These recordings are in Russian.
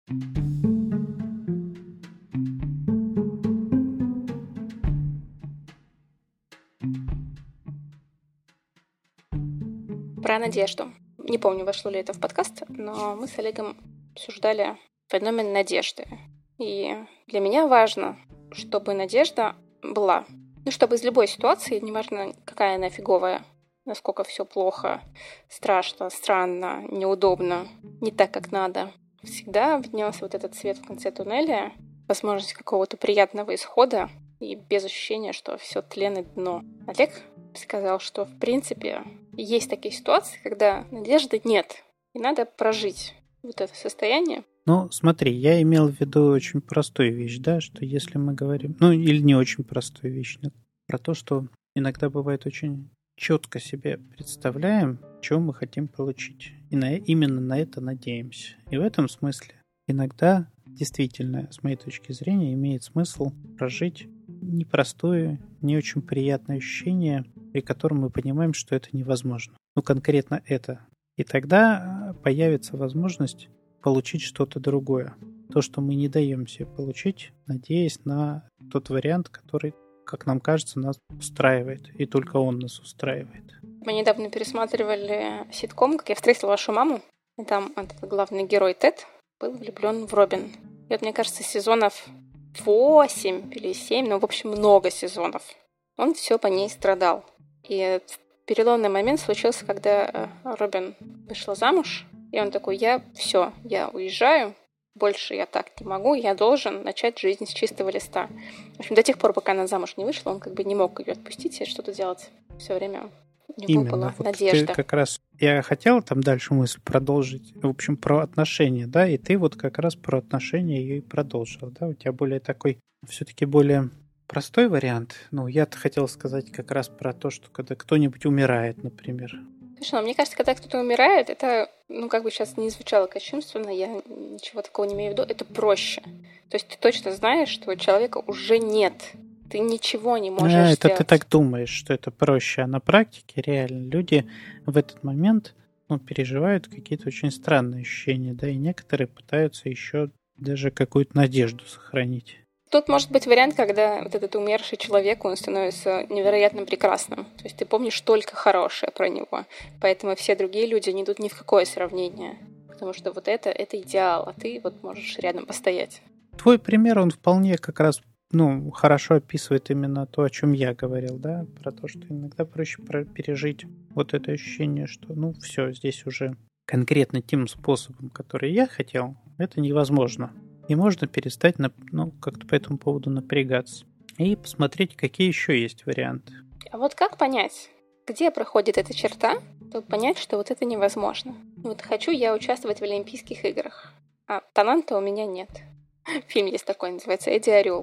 Про надежду. Не помню, вошло ли это в подкаст, но мы с Олегом обсуждали феномен надежды. И для меня важно, чтобы надежда была. Чтобы из любой ситуации, неважно, какая она фиговая, насколько все плохо, страшно, странно, неудобно, не так, как надо, всегда виднелся вот этот свет в конце туннеля, возможность какого-то приятного исхода и без ощущения, что все тлен и дно. Олег сказал, что в принципе есть такие ситуации, когда надежды нет, и надо прожить вот это состояние. Ну, смотри, я имел в виду очень простую вещь, да, что если мы говорим, ну, или не очень простую вещь, но про то, что иногда бывает очень четко себе представляем, что мы хотим получить, и именно на это надеемся. И в этом смысле иногда действительно, с моей точки зрения, имеет смысл прожить непростое, не очень приятное ощущение, при котором мы понимаем, что это невозможно. Ну, конкретно это. И тогда появится возможность получить что-то другое. То, что мы не даем себе получить, надеясь на тот вариант, который, как нам кажется, нас устраивает. И только он нас устраивает. Мы недавно пересматривали ситком «Как я встретила вашу маму». И там этот главный герой Тед был влюблен в Робин. И вот, мне кажется, сезонов 8 или 7, ну, в общем, много сезонов. Он все по ней страдал. И переломный момент случился, когда Робин вышла замуж. И он такой, я уезжаю, больше я так не могу, я должен начать жизнь с чистого листа. В общем, до тех пор, пока она замуж не вышла, он как бы не мог ее отпустить и что-то делать. Все время у него была вот надежда. Ты как раз, я хотел там дальше мысль продолжить, в общем, про отношения, да, и ты вот как раз про отношения ее и продолжил, да, у тебя более такой, все-таки более простой вариант. Ну, я-то хотел сказать как раз про то, что когда кто-нибудь умирает, например. Слушай, мне кажется, когда кто-то умирает, это, как бы сейчас не звучало кощунственно, я ничего такого не имею в виду, это проще. То есть ты точно знаешь, что человека уже нет. Ты ничего не можешь сделать. Это ты так думаешь, что это проще, а на практике реально люди в этот момент переживают какие-то очень странные ощущения, да, и некоторые пытаются еще даже какую-то надежду сохранить. Тут может быть вариант, когда вот этот умерший человек, он становится невероятно прекрасным. То есть ты помнишь только хорошее про него. Поэтому все другие люди не идут ни в какое сравнение. Потому что вот это идеал, а ты вот можешь рядом постоять. Твой пример, он вполне как раз хорошо описывает именно то, о чем я говорил, да, про то, что иногда проще пережить вот это ощущение, что, все, здесь уже конкретно тем способом, который я хотел, это невозможно. И можно перестать как-то по этому поводу напрягаться. И посмотреть, какие еще есть варианты. А вот как понять, где проходит эта черта, чтобы понять, что вот это невозможно? Вот хочу я участвовать в Олимпийских играх, а таланта у меня нет. Фильм есть такой, называется «Эдди Орел».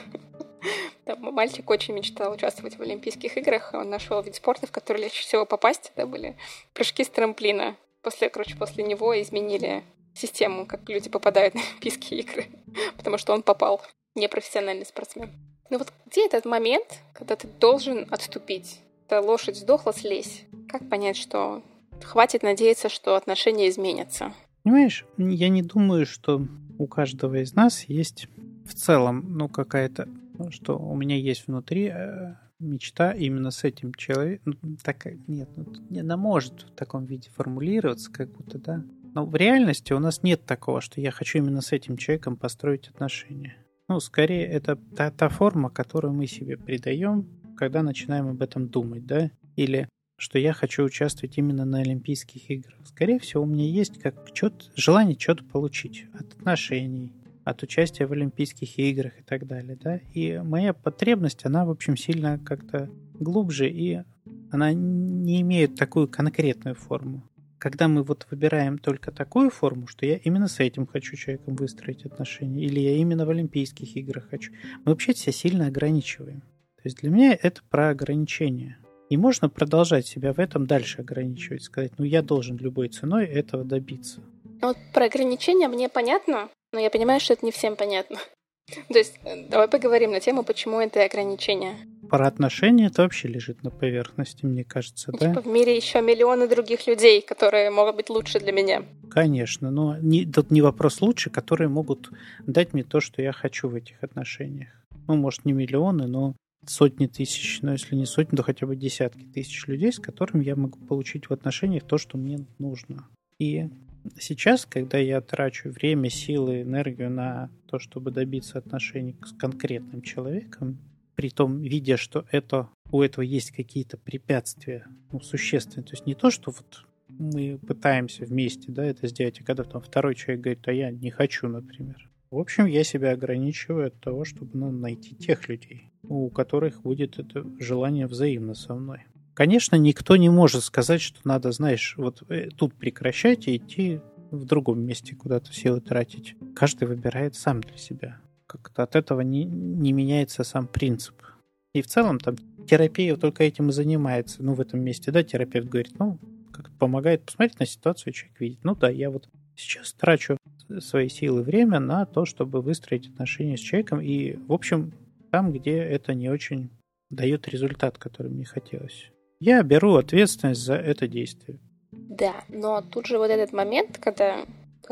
Там мальчик очень мечтал участвовать в Олимпийских играх. Он нашел вид спорта, в который легче всего попасть. Это были прыжки с трамплина. После него изменили систему, как люди попадают на Олимпийские игры, потому что он попал, непрофессиональный спортсмен. Но вот где этот момент, когда ты должен отступить? Эта лошадь сдохла, слезь. Как понять, что хватит надеяться, что отношения изменятся? Понимаешь, я не думаю, что у каждого из нас есть в целом, какая-то, что у меня есть внутри мечта именно с этим человеком. Нет, она может в таком виде формулироваться, как будто, да. Но в реальности у нас нет такого, что я хочу именно с этим человеком построить отношения. Скорее, это та форма, которую мы себе придаем, когда начинаем об этом думать, да? Или что я хочу участвовать именно на Олимпийских играх. Скорее всего, у меня есть желание что-то получить от отношений, от участия в Олимпийских играх и так далее, да? И моя потребность, она, в общем, сильно как-то глубже, и она не имеет такую конкретную форму. Когда мы выбираем только такую форму, что я именно с этим хочу человеком выстроить отношения, или я именно в Олимпийских играх хочу, мы вообще себя сильно ограничиваем. То есть для меня это про ограничения. И можно продолжать себя в этом дальше ограничивать, сказать, я должен любой ценой этого добиться. Вот про ограничения мне понятно, но я понимаю, что это не всем понятно. То есть давай поговорим на тему, почему это ограничения. Про отношения это вообще лежит на поверхности, мне кажется, да? Типа в мире еще миллионы других людей, которые могут быть лучше для меня. Конечно, но тут не вопрос лучше, которые могут дать мне то, что я хочу в этих отношениях. Ну, может, не миллионы, но сотни тысяч, но если не сотни, то хотя бы десятки тысяч людей, с которыми я могу получить в отношениях то, что мне нужно. И сейчас, когда я трачу время, силы, энергию на то, чтобы добиться отношений с конкретным человеком, при том, видя, что у этого есть какие-то препятствия, существенные. То есть не то, что вот мы пытаемся вместе, да, это сделать, а когда там второй человек говорит, а я не хочу, например. В общем, я себя ограничиваю от того, чтобы найти тех людей, у которых будет это желание взаимно со мной. Конечно, никто не может сказать, что надо, знаешь, вот тут прекращать и идти в другом месте куда-то силы тратить. Каждый выбирает сам для себя. Как-то от этого не меняется сам принцип. И в целом там терапия только этим и занимается. В этом месте, да, терапевт говорит, как помогает посмотреть на ситуацию, человек видит. Да, я вот сейчас трачу свои силы и время на то, чтобы выстроить отношения с человеком. И, в общем, там, где это не очень дает результат, который мне хотелось. Я беру ответственность за это действие. Да, но тут же вот этот момент, когда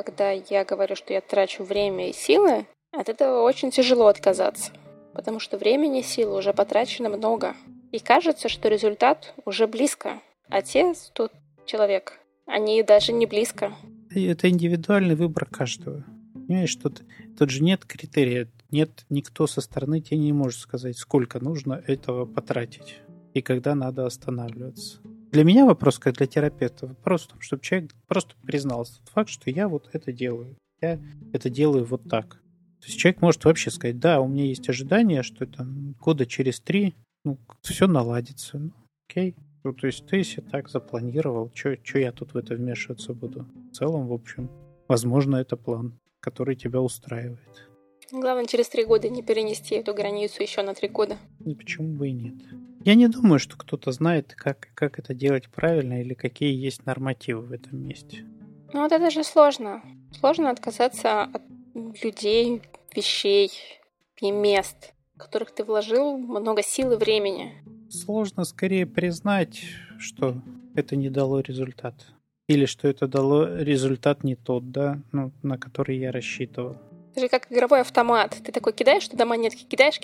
я говорю, что я трачу время и силы, от этого очень тяжело отказаться, потому что времени и сил уже потрачено много. И кажется, что результат уже близко, а те 100 человек, они даже не близко. Это индивидуальный выбор каждого. Понимаешь, тут же нет критерия, нет, никто со стороны тебе не может сказать, сколько нужно этого потратить и когда надо останавливаться. Для меня вопрос, как для терапевта, вопрос в том, чтобы человек просто признал тот факт, что я вот это делаю. Я это делаю вот так. То есть человек может вообще сказать, да, у меня есть ожидание, что там года через 3 все наладится. Окей. То есть ты себе так запланировал, что я тут в это вмешиваться буду. В целом, в общем, возможно, это план, который тебя устраивает. Главное, через 3 года не перенести эту границу еще на 3 года. И почему бы и нет. Я не думаю, что кто-то знает, как это делать правильно или какие есть нормативы в этом месте. Вот это же сложно. Сложно отказаться от людей, вещей и мест, в которых ты вложил много сил и времени. Сложно скорее признать, что это не дало результат. Или что это дало результат не тот, да, на который я рассчитывал. Это же как игровой автомат. Ты такой кидаешь туда монетки, кидаешь.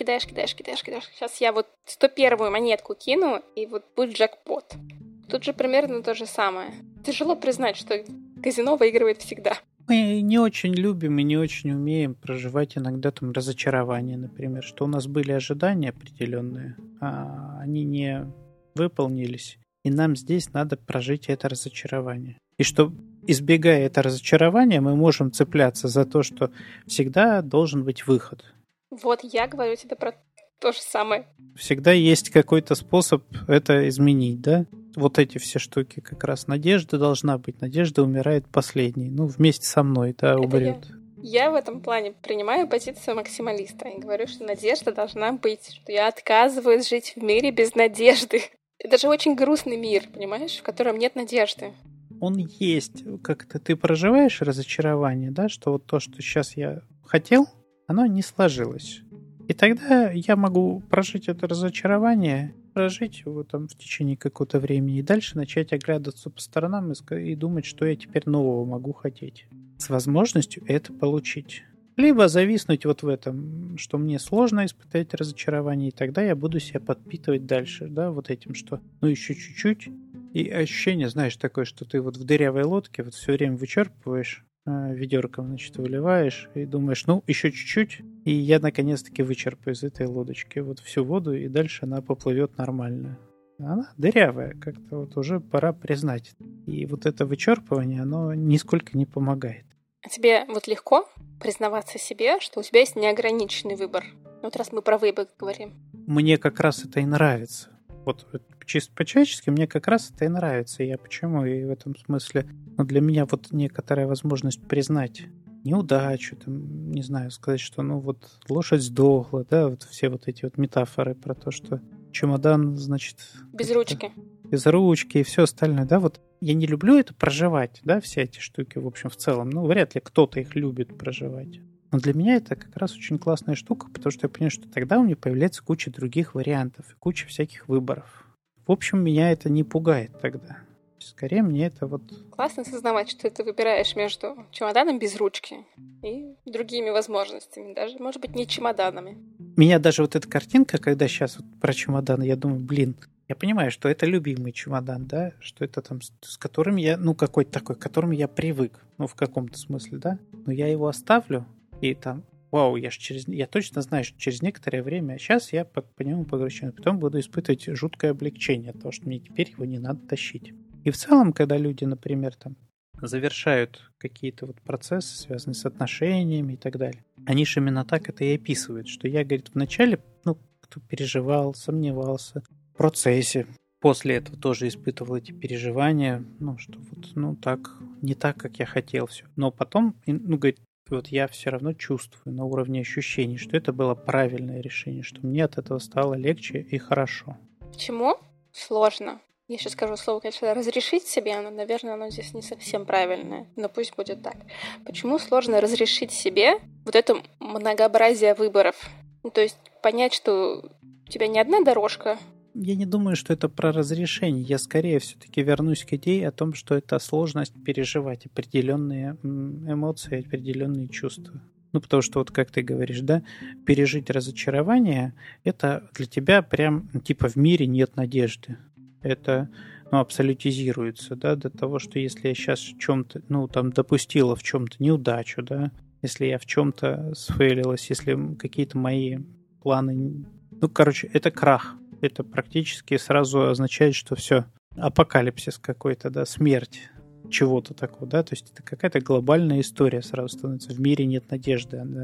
Сейчас я вот 101-ю монетку кину, и вот будет джекпот. Тут же примерно то же самое. Тяжело признать, что казино выигрывает всегда. Мы не очень любим и не очень умеем проживать иногда там разочарование, например, что у нас были ожидания определенные, а они не выполнились, и нам здесь надо прожить это разочарование. И что, избегая это разочарование, мы можем цепляться за то, что всегда должен быть выход. Вот я говорю тебе про то же самое. Всегда есть какой-то способ это изменить, да? Вот эти все штуки как раз. Надежда должна быть. Надежда умирает последней. Вместе со мной, да, умрет. Я в этом плане принимаю позицию максималиста и говорю, что надежда должна быть, что я отказываюсь жить в мире без надежды. Это же очень грустный мир, понимаешь, в котором нет надежды. Он есть. Как-то ты проживаешь разочарование, да, что вот то, что сейчас я хотел, оно не сложилось. И тогда я могу прожить это разочарование, прожить его там в течение какого-то времени и дальше начать оглядываться по сторонам и думать, что я теперь нового могу хотеть. С возможностью это получить. Либо зависнуть вот в этом, что мне сложно испытать разочарование, и тогда я буду себя подпитывать дальше, да, вот этим, что еще чуть-чуть. И ощущение, знаешь, такое, что ты вот в дырявой лодке вот все время вычерпываешь, ведерком, значит, выливаешь и думаешь, еще чуть-чуть, и я наконец-таки вычерпаю из этой лодочки вот всю воду, и дальше она поплывет нормально. Она дырявая, как-то вот уже пора признать. И вот это вычерпывание, оно нисколько не помогает. А тебе вот легко признаваться себе, что у тебя есть неограниченный выбор? Вот раз мы про выбор говорим. Мне как раз это и нравится. Вот чисто по-человечески мне как раз это и нравится. Я почему? И в этом смысле для меня вот некоторая возможность признать неудачу, там, не знаю, сказать, что лошадь сдохла, да, вот все вот эти вот метафоры про то, что чемодан, значит... Без ручки. Без ручки и все остальное, да, вот я не люблю это проживать, да, все эти штуки, в общем, в целом, вряд ли кто-то их любит проживать. Но для меня это как раз очень классная штука, потому что я понимаю, что тогда у меня появляется куча других вариантов и куча всяких выборов. В общем, меня это не пугает тогда. Скорее, мне это вот... Классно осознавать, что ты выбираешь между чемоданом без ручки и другими возможностями, даже, может быть, не чемоданами. Меня даже вот эта картинка, когда сейчас вот про чемоданы, я думаю, я понимаю, что это любимый чемодан, да, что это там, с которым я, какой-то такой, к которому я привык, в каком-то смысле, да, но я его оставлю, и там, вау, я точно знаю, что через некоторое время, сейчас я по нему погружу, потом буду испытывать жуткое облегчение от того, что мне теперь его не надо тащить. И в целом, когда люди, например, там завершают какие-то вот процессы, связанные с отношениями и так далее, они же именно так это и описывают, что я, говорит, вначале, кто переживал, сомневался в процессе, после этого тоже испытывал эти переживания, что вот, так, не так, как я хотел все. Но потом, говорит, вот я все равно чувствую на уровне ощущений, что это было правильное решение, что мне от этого стало легче и хорошо. Почему? Сложно. Я сейчас скажу слово, конечно, разрешить себе, но, наверное, оно здесь не совсем правильное, но пусть будет так. Почему сложно разрешить себе вот это многообразие выборов? То есть понять, что у тебя не одна дорожка. Я не думаю, что это про разрешение. Я скорее все-таки вернусь к идее о том, что это сложность переживать определенные эмоции, определенные чувства. Потому что, вот как ты говоришь, да, пережить разочарование, это для тебя прям, типа, в мире нет надежды. Это, абсолютизируется, да, до того, что если я сейчас в чем-то, допустила в чем-то неудачу, да, если я в чем-то сфейлилась, если какие-то мои планы... это крах. Это практически сразу означает, что все, апокалипсис какой-то, да, смерть чего-то такого, да, то есть это какая-то глобальная история сразу становится. В мире нет надежды,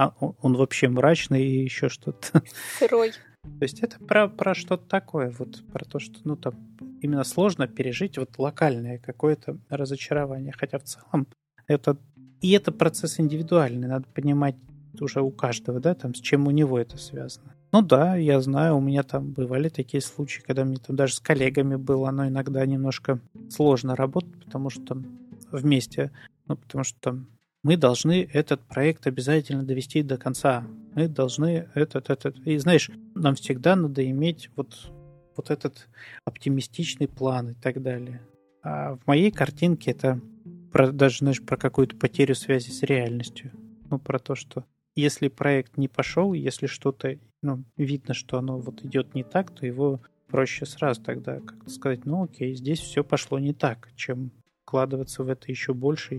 он вообще мрачный и еще что-то. Сырой. То есть это про что-то такое, вот про то, что, там именно сложно пережить вот локальное какое-то разочарование, хотя в целом это процесс индивидуальный, надо понимать уже у каждого, да, там, с чем у него это связано. Да, я знаю, у меня там бывали такие случаи, когда мне там даже с коллегами было, но иногда немножко сложно работать, потому что там вместе, потому что там мы должны этот проект обязательно довести до конца. Мы должны этот. И знаешь, нам всегда надо иметь вот этот оптимистичный план и так далее. А в моей картинке это даже, знаешь, про какую-то потерю связи с реальностью. Про то, что если проект не пошел, если что-то, видно, что оно вот идет не так, то его проще сразу тогда как-то сказать, окей, здесь все пошло не так, чем вкладываться в это еще больше,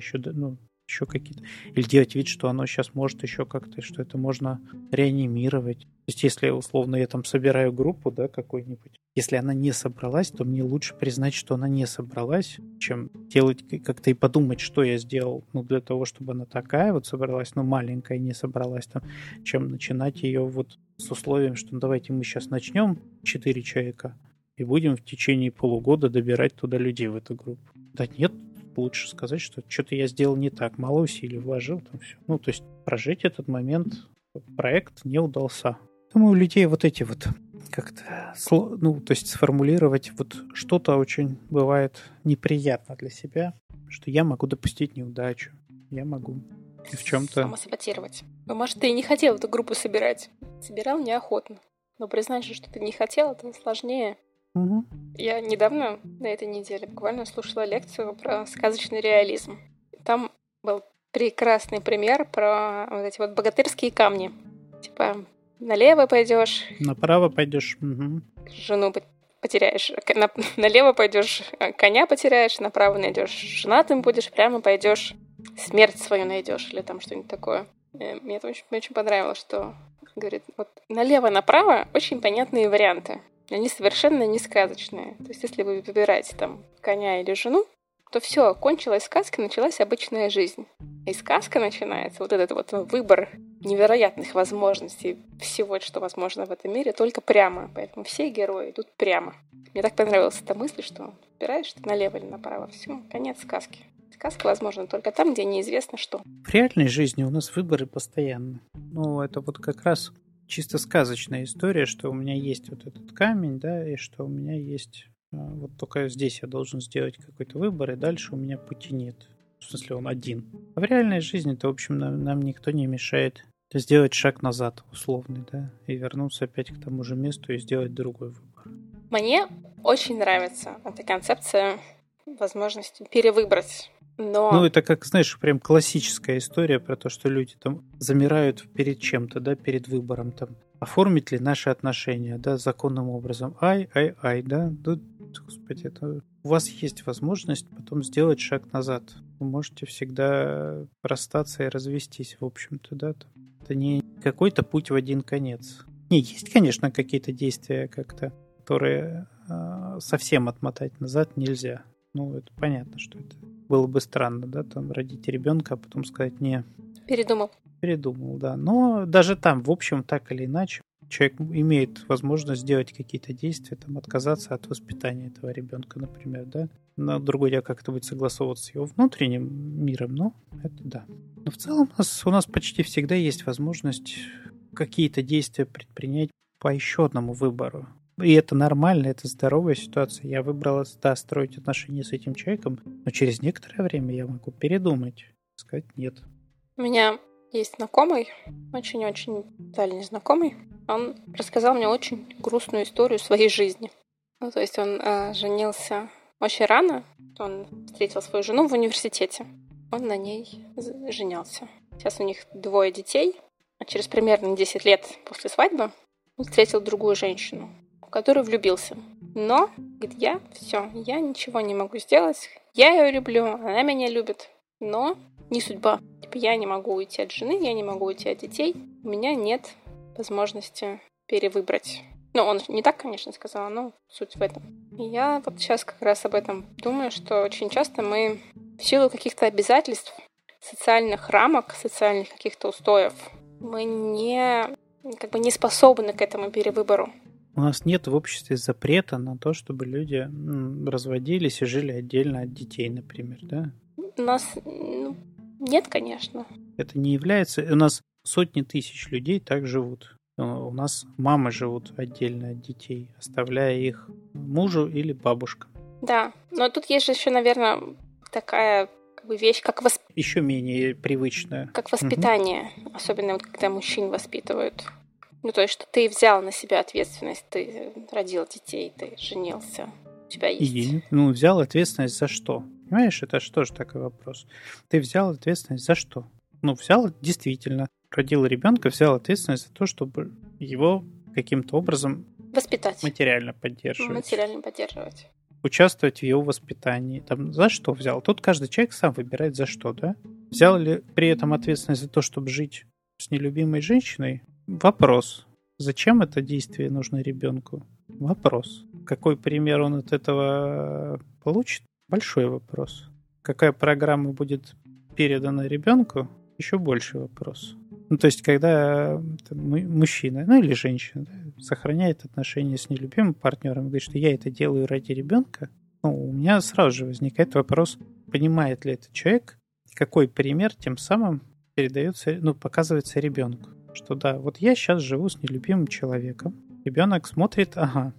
еще какие-то... Или делать вид, что оно сейчас может еще как-то, что это можно реанимировать. То есть, если, условно, я там собираю группу, да, какой-нибудь, если она не собралась, то мне лучше признать, что она не собралась, чем делать как-то и подумать, что я сделал, для того, чтобы она такая вот собралась, маленькая не собралась там, чем начинать ее вот с условием, что давайте мы сейчас начнем 4 человека и будем в течение полугода добирать туда людей в эту группу. Да нет, лучше сказать, что что-то я сделал не так, мало усилий вложил, там все. То есть прожить этот момент, проект не удался. Думаю, у людей вот эти вот как-то, то есть сформулировать вот что-то очень бывает неприятно для себя, что я могу допустить неудачу, я могу в чем-то... Самосаботировать. Может, ты и не хотел эту группу собирать. Собирал неохотно. Но признать же, что ты не хотел, это сложнее. Угу. Я недавно, на этой неделе, буквально слушала лекцию про сказочный реализм. Там был прекрасный пример про вот эти вот богатырские камни. Типа, налево пойдешь, направо пойдешь, жену потеряешь, налево пойдешь, коня потеряешь, направо найдешь, женатым будешь, прямо пойдешь, смерть свою найдешь или там что-нибудь такое. Мне это очень понравилось, что говорит, вот налево-направо очень понятные варианты. Они совершенно не сказочные. То есть, если вы выбираете там коня или жену, то все, кончилась сказка, началась обычная жизнь. И сказка начинается, вот этот вот выбор невероятных возможностей всего, что возможно в этом мире, только прямо. Поэтому все герои идут прямо. Мне так понравилась эта мысль, что выбираешь ты налево или направо. Все, конец сказки. Сказка возможна только там, где неизвестно что. В реальной жизни у нас выборы постоянны. Это вот как раз чисто сказочная история, что у меня есть вот этот камень, да, и что у меня есть... Вот только здесь я должен сделать какой-то выбор, и дальше у меня пути нет. В смысле, он один. А в реальной жизни-то, в общем, нам никто не мешает сделать шаг назад, условный, да, и вернуться опять к тому же месту и сделать другой выбор. Мне очень нравится эта концепция возможности перевыбрать. Но... Ну, это как, знаешь, прям классическая история про то, что люди там замирают перед чем-то, да, перед выбором, там, оформить ли наши отношения, да, законным образом. Ай, да, господи, это... У вас есть возможность потом сделать шаг назад. Вы можете всегда расстаться и развестись, в общем-то, да. Это не какой-то путь в один конец. Не, есть, конечно, какие-то действия как-то, которые совсем отмотать назад нельзя. Ну, это понятно, что это было бы странно, да, там родить ребенка, а потом сказать «не». Передумал, да. Но даже там, в общем, так или иначе, человек имеет возможность сделать какие-то действия, там, отказаться от воспитания этого ребенка, например, да. Но другое дело, как это будет согласовываться с его внутренним миром, но это да. Но в целом у нас почти всегда есть возможность какие-то действия предпринять по еще одному выбору. И это нормально, это здоровая ситуация. Я выбрала, да, строить отношения с этим человеком, но через некоторое время я могу передумать, сказать нет. У меня есть знакомый, очень-очень дальний знакомый. Он рассказал мне очень грустную историю своей жизни. Ну, то есть он женился очень рано. Он встретил свою жену в университете. Он на ней женился. Сейчас у них 2 детей. А через примерно 10 лет после свадьбы он встретил другую женщину, в которую влюбился. Но, говорит, я ничего не могу сделать. Я ее люблю, она меня любит. Но не судьба. Я не могу уйти от жены, я не могу уйти от детей. У меня нет возможности перевыбрать. Ну, он не так, конечно, сказал, но суть в этом. И я вот сейчас как раз об этом думаю, что очень часто мы в силу каких-то обязательств, социальных рамок, социальных каких-то устоев, мы не способны к этому перевыбору. У нас нет в обществе запрета на то, чтобы люди разводились и жили отдельно от детей, например, да? У нас нет, конечно. Это не является... У нас сотни тысяч людей так живут. У нас мамы живут отдельно от детей, оставляя их мужу или бабушкам. Да, но тут есть же еще, наверное, такая вещь, как еще менее привычная. Как воспитание, особенно вот когда мужчин воспитывают. Ну, то есть, что ты взял на себя ответственность, ты родил детей, ты женился, у тебя есть. Взял ответственность за что? Понимаешь, это что же такой вопрос? Ты взял ответственность за что? Взял действительно, родил ребенка, взял ответственность за то, чтобы его каким-то образом воспитать. Материально поддерживать. Участвовать в его воспитании. Там, за что взял? Тут каждый человек сам выбирает за что, да? Взял ли при этом ответственность за то, чтобы жить с нелюбимой женщиной? Вопрос. Зачем это действие нужно ребенку? Вопрос. Какой пример он от этого получит? Большой вопрос. Какая программа будет передана ребенку? Еще больший вопрос. То есть, когда мужчина, или женщина, сохраняет отношения с нелюбимым партнером и говорит, что я это делаю ради ребенка, у меня сразу же возникает вопрос, понимает ли этот человек, какой пример тем самым передается, показывается ребенку. Что да, вот я сейчас живу с нелюбимым человеком, ребенок смотрит,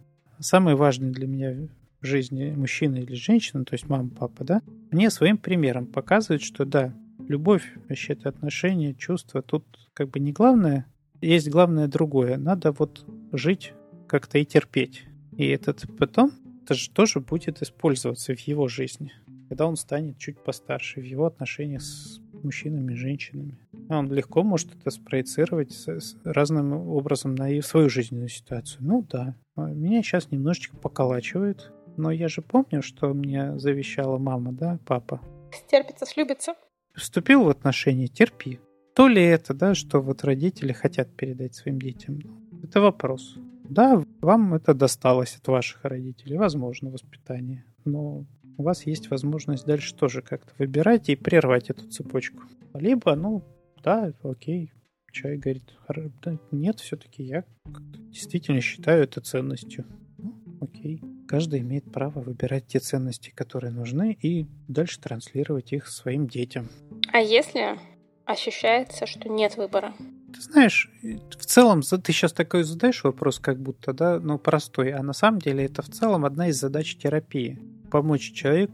самый важный для меня в жизни мужчина или женщина, то есть мама, папа, да, мне своим примером показывает, что да, любовь, вообще это отношения, чувства, тут не главное, есть главное другое. Надо жить как-то и терпеть. И этот потом, это же тоже будет использоваться в его жизни, когда он станет чуть постарше, в его отношениях с мужчинами и женщинами. Он легко может это спроецировать разным образом на свою жизненную ситуацию. Да, меня сейчас немножечко поколачивает, но я же помню, что мне завещала мама, да, папа. Стерпится, слюбится. Вступил в отношения, терпи. То ли это, да, что родители хотят передать своим детям? Это вопрос. Да, вам это досталось от ваших родителей, возможно, воспитание. Но у вас есть возможность дальше тоже как-то выбирать и прервать эту цепочку. Либо, да, окей, человек говорит, да, нет, все-таки я действительно считаю это ценностью. Окей. Каждый имеет право выбирать те ценности, которые нужны, и дальше транслировать их своим детям. А если ощущается, что нет выбора? Ты знаешь, в целом, ты сейчас такой задаешь вопрос, как будто, да, простой, а на самом деле это в целом одна из задач терапии. Помочь человеку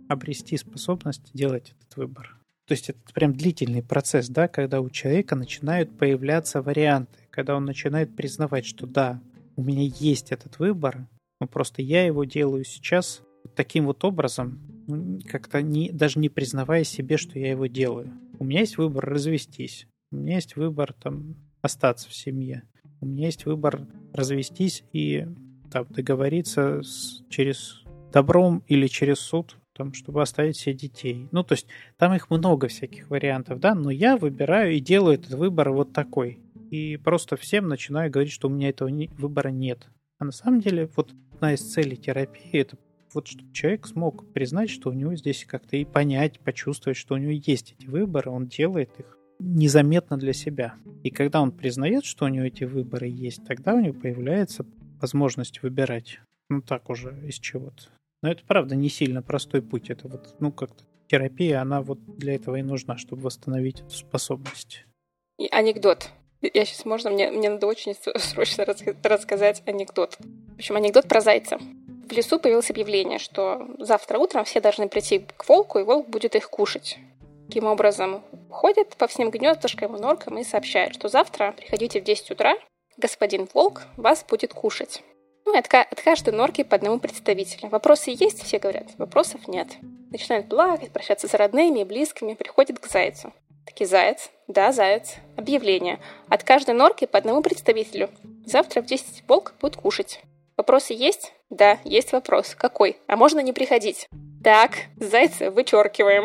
обрести способность делать этот выбор. То есть это прям длительный процесс, да, когда у человека начинают появляться варианты, когда он начинает признавать, что да, у меня есть этот выбор, но просто я его делаю сейчас таким вот образом, как-то даже не признавая себе, что я его делаю. У меня есть выбор развестись, у меня есть выбор там остаться в семье, у меня есть выбор развестись и там, договориться через добром или через суд, там, чтобы оставить себе детей. Ну, то есть там их много всяких вариантов, да, но я выбираю и делаю этот выбор вот такой. И просто всем начинаю говорить, что у меня этого выбора нет. А на самом деле вот одна из целей терапии — это вот чтобы человек смог признать, что у него здесь как-то и понять, почувствовать, что у него есть эти выборы, он делает их незаметно для себя. И когда он признает, что у него эти выборы есть, тогда у него появляется возможность выбирать. Ну так уже из чего-то. Но это, правда, не сильно простой путь. Это вот, ну, как-то терапия, она вот для этого и нужна, чтобы восстановить эту способность. И анекдот. Я сейчас, можно? Мне надо очень срочно рассказать анекдот. В общем, анекдот про зайца. В лесу появилось объявление, что завтра утром все должны прийти к волку, и волк будет их кушать. Таким образом, ходит по всем гнездышкам и норкам и сообщает, что завтра приходите в 10 утра, господин волк вас будет кушать. Ну, от каждой норки по одному представителю. Вопросы есть? Все говорят. Вопросов нет. Начинают плакать, прощаться с родными и близкими, приходят к зайцу. Такие: заяц. Да, заяц. Объявление. От каждой норки по одному представителю. Завтра в 10 волк будет кушать. Вопросы есть? Да, есть вопрос. Какой? А можно не приходить? Так, зайца вычеркиваем.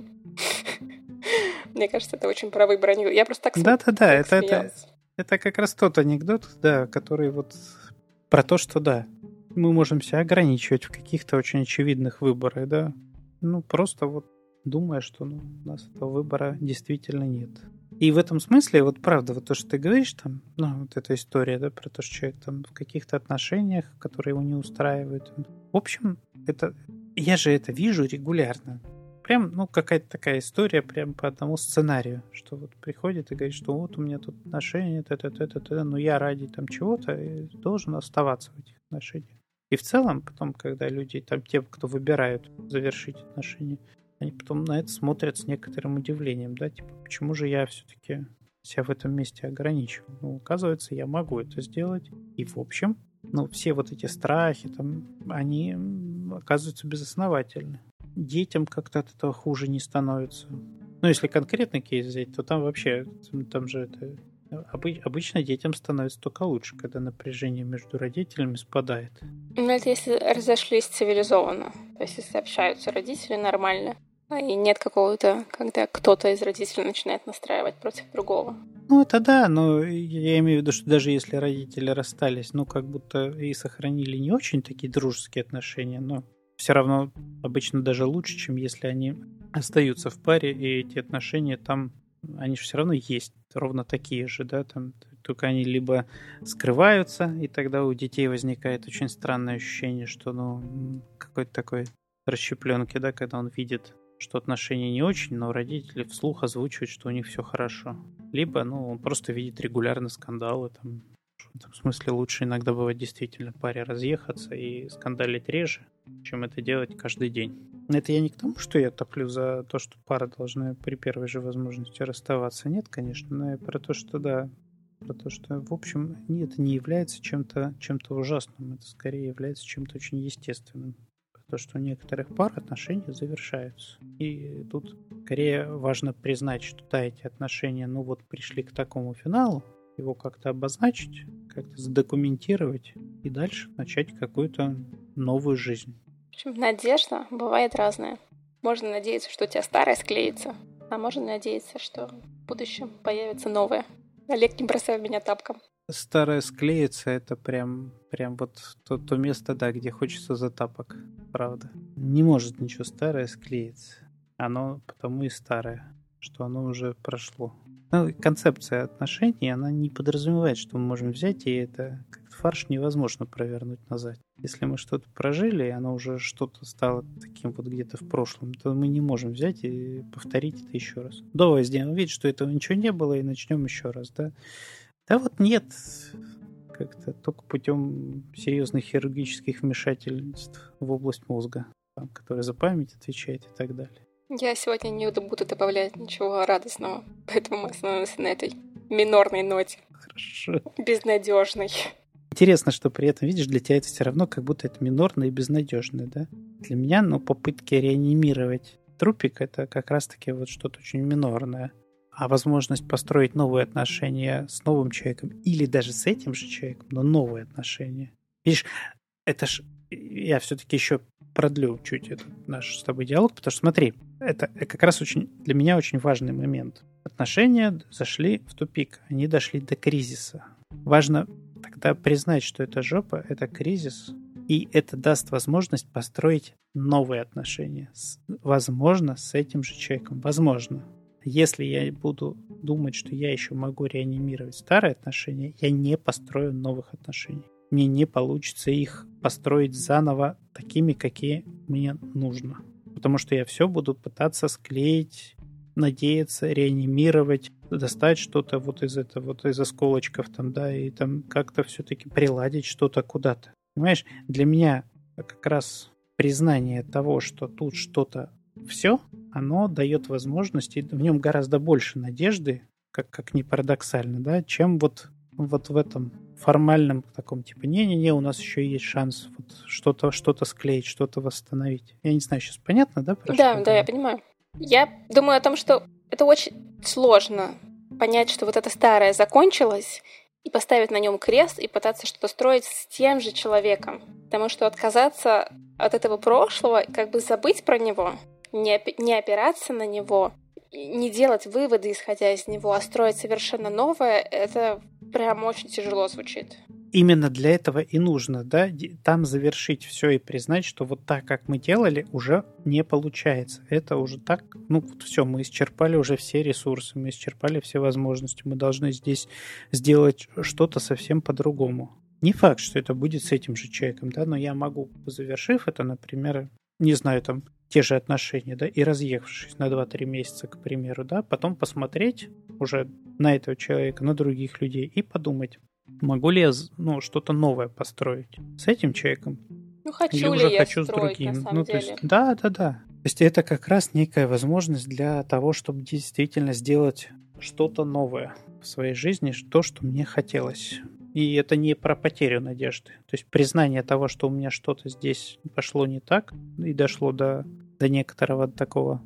Мне кажется, это очень про выбор. Я просто так Да-да-да, это как раз тот анекдот, да, который вот про то, что да, мы можем себя ограничивать в каких-то очень очевидных выборах, да. Ну, просто вот думая, что у нас этого выбора действительно нет. И в этом смысле, вот правда, вот то, что ты говоришь там, ну, вот эта история, да, про то, что человек там в каких-то отношениях, которые его не устраивают. В общем, я же это вижу регулярно. Прям, ну, какая-то такая история прям по одному сценарию, что вот приходит и говорит, что вот у меня тут отношения, но я ради там чего-то должен оставаться в этих отношениях. И в целом, потом, когда люди, там, те, кто выбирают завершить отношения, они потом на это смотрят с некоторым удивлением, да, типа, почему же я все-таки себя в этом месте ограничиваю? Ну, оказывается, я могу это сделать. И, в общем, ну, все вот эти страхи, там, они оказываются безосновательны. Детям как-то от этого хуже не становится. Ну, если конкретный кейс взять, то там вообще, там же это... Обычно детям становится только лучше, когда напряжение между родителями спадает. Ну, это если разошлись цивилизованно. То есть, если общаются родители нормально, и нет какого-то, когда кто-то из родителей начинает настраивать против другого. Ну, это да, но я имею в виду, что даже если родители расстались, ну, как будто и сохранили не очень такие дружеские отношения, но все равно обычно даже лучше, чем если они остаются в паре, и эти отношения там, они же все равно есть, ровно такие же, да, там, только они либо скрываются, и тогда у детей возникает очень странное ощущение, что, ну, какой-то такой расщепленки, да, когда он видит, что отношения не очень, но родители вслух озвучивают, что у них все хорошо. Либо, ну, он просто видит регулярно скандалы, там, в смысле, лучше иногда бывает действительно паре разъехаться и скандалить реже, чем это делать каждый день. Это я не к тому, что я топлю за то, что пара должна при первой же возможности расставаться. Нет, конечно, но и про то, что да, про то, что, в общем, это не является чем-то ужасным, это скорее является чем-то очень естественным. То, что у некоторых пар отношения завершаются. И тут скорее важно признать, что да, эти отношения, ну вот, пришли к такому финалу, его как-то обозначить, как-то задокументировать и дальше начать какую-то новую жизнь. В общем, надежда бывает разная. Можно надеяться, что у тебя старое склеится, а можно надеяться, что в будущем появится новое. Олег, не бросай меня тапком. Старое склеится, это прям вот то место, да, где хочется за тапок, правда. Не может ничего старое склеиться. Оно потому и старое, что оно уже прошло. Ну, концепция отношений, она не подразумевает, что мы можем взять, и это как фарш невозможно провернуть назад. Если мы что-то прожили, и оно уже что-то стало таким вот где-то в прошлом, то мы не можем взять и повторить это еще раз. Давай сделаем вид, что этого ничего не было, и начнем еще раз, да? Да вот нет, как-то только путем серьезных хирургических вмешательств в область мозга. там, который за память отвечает и так далее. Я сегодня не буду добавлять ничего радостного, поэтому мы остановимся на этой минорной ноте. Хорошо. Безнадежной. Интересно, что при этом, видишь, для тебя это все равно как будто это минорное и безнадежное, да? Для меня, попытки реанимировать трупик — это как раз-таки вот что-то очень минорное. А возможность построить новые отношения с новым человеком или даже с этим же человеком, но новые отношения. Видишь, это ж я все-таки еще продлю чуть этот наш с тобой диалог, потому что смотри, это как раз для меня очень важный момент. Отношения зашли в тупик, они дошли до кризиса. Важно тогда признать, что это жопа, это кризис, и это даст возможность построить новые отношения. Возможно, с этим же человеком. Возможно. Если я буду думать, что я еще могу реанимировать старые отношения, я не построю новых отношений. Мне не получится их построить заново такими, какие мне нужно. Потому что я все буду пытаться склеить, надеяться, реанимировать, достать что-то вот из этого, вот из осколочков там, да, и там как-то все-таки приладить что-то куда-то. Понимаешь, для меня как раз признание того, что тут что-то все, оно дает возможность, и в нем гораздо больше надежды, как ни парадоксально, да, чем вот в этом формальном таком типа не-не-не, у нас еще есть шанс вот что-то склеить, что-то восстановить. Я не знаю, сейчас понятно, да? Да, я понимаю. Я думаю о том, что это очень сложно понять, что вот это старое закончилось, и поставить на нем крест, и пытаться что-то строить с тем же человеком. Потому что отказаться от этого прошлого, как бы забыть про него, не опираться на него, не делать выводы, исходя из него, а строить совершенно новое, это прям очень тяжело звучит. Именно для этого и нужно, да, там завершить все и признать, что вот так, как мы делали, уже не получается. Это уже так, все, мы исчерпали уже все ресурсы, мы исчерпали все возможности, мы должны здесь сделать что-то совсем по-другому. Не факт, что это будет с этим же человеком, да, но я могу, завершив это, например, не знаю, там, те же отношения, да, и разъехавшись на 2-3 месяца, к примеру, да, потом посмотреть уже на этого человека, на других людей и подумать, могу ли я, что-то новое построить с этим человеком? Хочу или ли уже я хочу строить, с другим? на самом деле? То есть, да. То есть это как раз некая возможность для того, чтобы действительно сделать что-то новое в своей жизни, то, что мне хотелось. И это не про потерю надежды. То есть признание того, что у меня что-то здесь пошло не так, и дошло до некоторого такого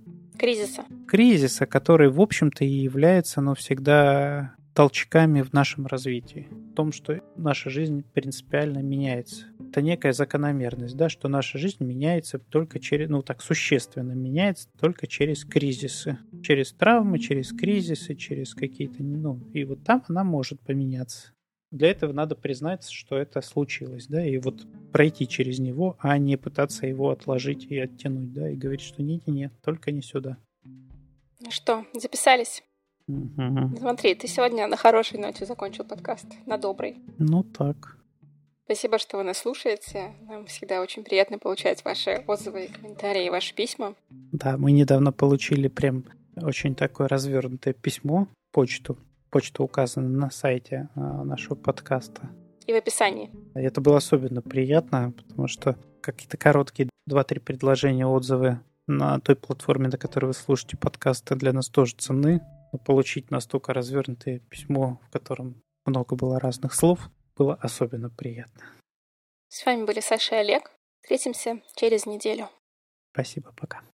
кризиса, который, в общем-то, и является, всегда толчками в нашем развитии. В том, что наша жизнь принципиально меняется. Это некая закономерность, да, что наша жизнь меняется только через, существенно меняется только через кризисы. Через травмы, через кризисы, через какие-то, и вот там она может поменяться. Для этого надо признать, что это случилось, да, и вот пройти через него, а не пытаться его отложить и оттянуть, да, и говорить, что нет, только не сюда. Ну что, записались? Угу. Смотри, ты сегодня на хорошей ноте закончил подкаст, на доброй. Так. Спасибо, что вы нас слушаете. Нам всегда очень приятно получать ваши отзывы, комментарии, ваши письма. Да, мы недавно получили прям очень такое развернутое письмо, почту. Почта указана на сайте нашего подкаста. И в описании. Это было особенно приятно, потому что какие-то короткие 2-3 предложения, отзывы на той платформе, на которой вы слушаете подкасты, для нас тоже ценны. Но получить настолько развернутое письмо, в котором много было разных слов, было особенно приятно. С вами были Саша и Олег. Встретимся через неделю. Спасибо, пока.